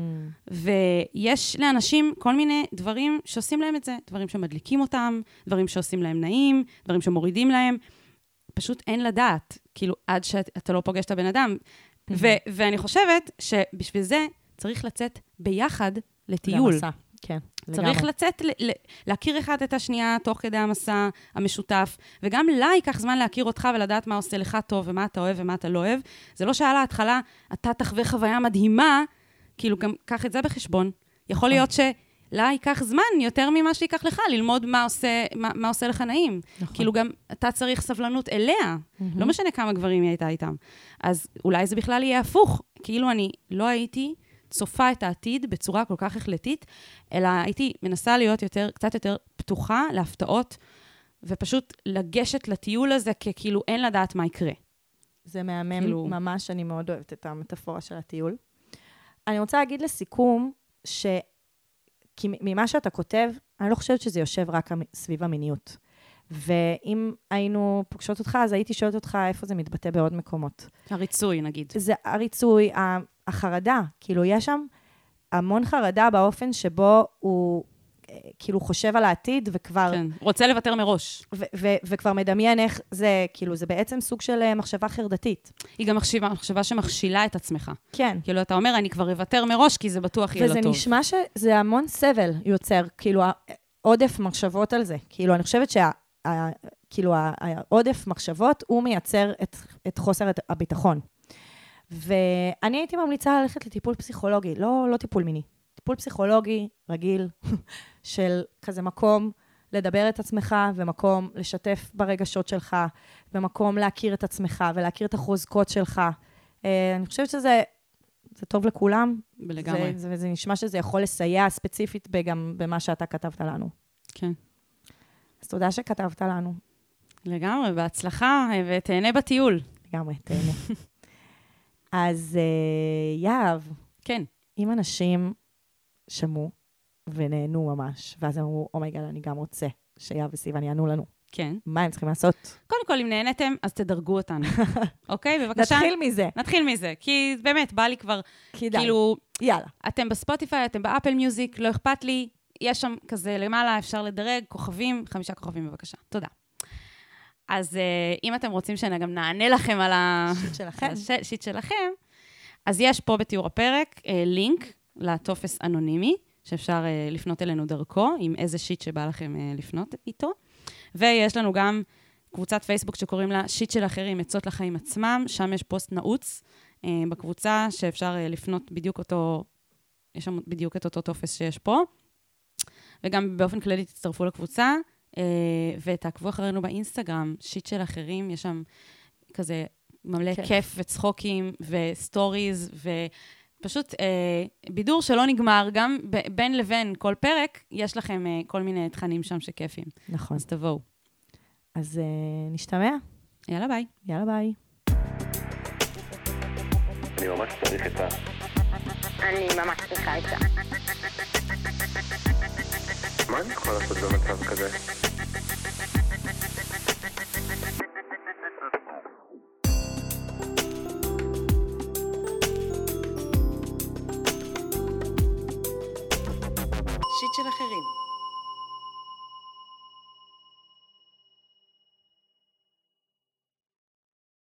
ויש לאנשים כל מיני דברים שעושים להם את זה, דברים שמדליקים אותם, דברים שעושים להם נעים, דברים שמורידים להם, פשוט אין לדעת, כאילו עד שאתה לא פוגש את הבן אדם. Mm-hmm. ו- ואני חושבת שבשביל זה צריך לצאת ביחד לטיול. למסע, כן. צריך לגמרי. לצאת, ל- ל- להכיר אחד את השנייה תוך כדי המסע המשותף, וגם לה ייקח זמן להכיר אותך ולדעת מה עושה לך טוב ומה אתה אוהב ומה אתה לא אוהב. זה לא שעל ההתחלה אתה תחווה חוויה מדהימה, כאילו גם קח את זה בחשבון. יכול להיות שלה ייקח זמן יותר ממה שיקח לך, ללמוד מה עושה, מה, מה עושה לך נעים. כאילו גם אתה צריך סבלנות אליה. לא משנה כמה גברים היא הייתה איתם. אז אולי זה בכלל יהיה הפוך. כאילו אני לא הייתי צופה את העתיד בצורה כל כך החלטית, אלא הייתי מנסה להיות יותר, קצת יותר פתוחה להפתעות, ופשוט לגשת לטיול הזה ככאילו אין לדעת מה יקרה. זה מהמם כאילו... ממש, אני מאוד אוהבת את המטאפורה של הטיול. אני רוצה להגיד לסיכום, שממה שאתה כותב, אני לא חושבת שזה יושב רק סביב המיניות. ואם היינו פוגשות אותך, אז הייתי שואלת אותך איפה זה מתבטא בעוד מקומות. הריצוי, נגיד. זה הריצוי, החרדה. כאילו, יש שם המון חרדה באופן שבו הוא כאילו חושב על העתיד, וכבר... כן, רוצה לוותר מראש. ו- ו- וכבר מדמיין איך זה, כאילו, זה בעצם סוג של מחשבה חרדתית. היא גם מחשבה, מחשבה שמכשילה את עצמך. כן. כאילו, אתה אומר, אני כבר אוותר מראש, כי זה בטוח יהיה לא טוב. וזה נשמע שזה המון סבל יוצר, כאילו, העודף מחשבות על זה. כאילו, אני חושבת שה... ה- כאילו, העודף מחשבות, הוא מייצר את, את חוסר הביטחון. ואני הייתי ממליצה ללכת לטיפול פסיכולוגי, לא, לא טיפול מיני. טיפול פסיכולוגי רגיל של כזה מקום לדבר את עצמך, ומקום לשתף ברגשות שלך, ומקום להכיר את עצמך, ולהכיר את החוזקות שלך. אני חושבת שזה זה טוב לכולם. לגמרי. זה, זה, זה נשמע שזה יכול לסייע ספציפית גם במה שאתה כתבת לנו. כן. אז תודה שכתבת לנו. לגמרי, בהצלחה, ותהנה בטיול. לגמרי, תהנה. אז יאב. כן. אם אנשים שמעו ונהנו ממש, ואז אמרו, אומייגל, אני גם רוצה שיאב וסיוון יענו לנו. כן. מה הם צריכים לעשות? קודם כל, אם נהנתם, אז תדרגו אותנו. אוקיי, בבקשה. נתחיל מזה. נתחיל מזה, כי באמת, בא לי כבר, כדאי. כאילו, יאללה. אתם בספוטיפיי, אתם באפל מיוזיק, לא אכפת לי, יש שם כזה למעלה, אפשר לדרג, כוכבים, חמישה כוכבים, בבקשה. תודה. אז אם אתם רוצים שאני גם נענה לכם על השיט שלכם, השיט שלכם, אז יש פה בתיאור הפרק לינק לטופס אנונימי, שאפשר uh, לפנות אלינו דרכו, עם איזה שיט שבא לכם uh, לפנות איתו. ויש לנו גם קבוצת פייסבוק שקוראים לה שיט של אחרים, עצות לחיים עצמם, שם יש פוסט נעוץ uh, בקבוצה, שאפשר uh, לפנות בדיוק אותו, יש שם בדיוק את אותו טופס שיש פה. וגם באופן כללי תצטרפו לקבוצה, uh, ותעקבו אחרינו באינסטגרם, שיט של אחרים, יש שם כזה מלא כיף, כיף וצחוקים וסטוריז, ופשוט אה, בידור שלא נגמר, גם ב- בין לבין כל פרק, יש לכם אה, כל מיני תכנים שם שכיפים. נכון. אז תבואו. אז אה, נשתמע. יאללה ביי. יאללה ביי. אני ממש צריך את ה... אני ממש צריכה את זה. מה אני יכול לעשות במצב כזה? שיט של אחרים.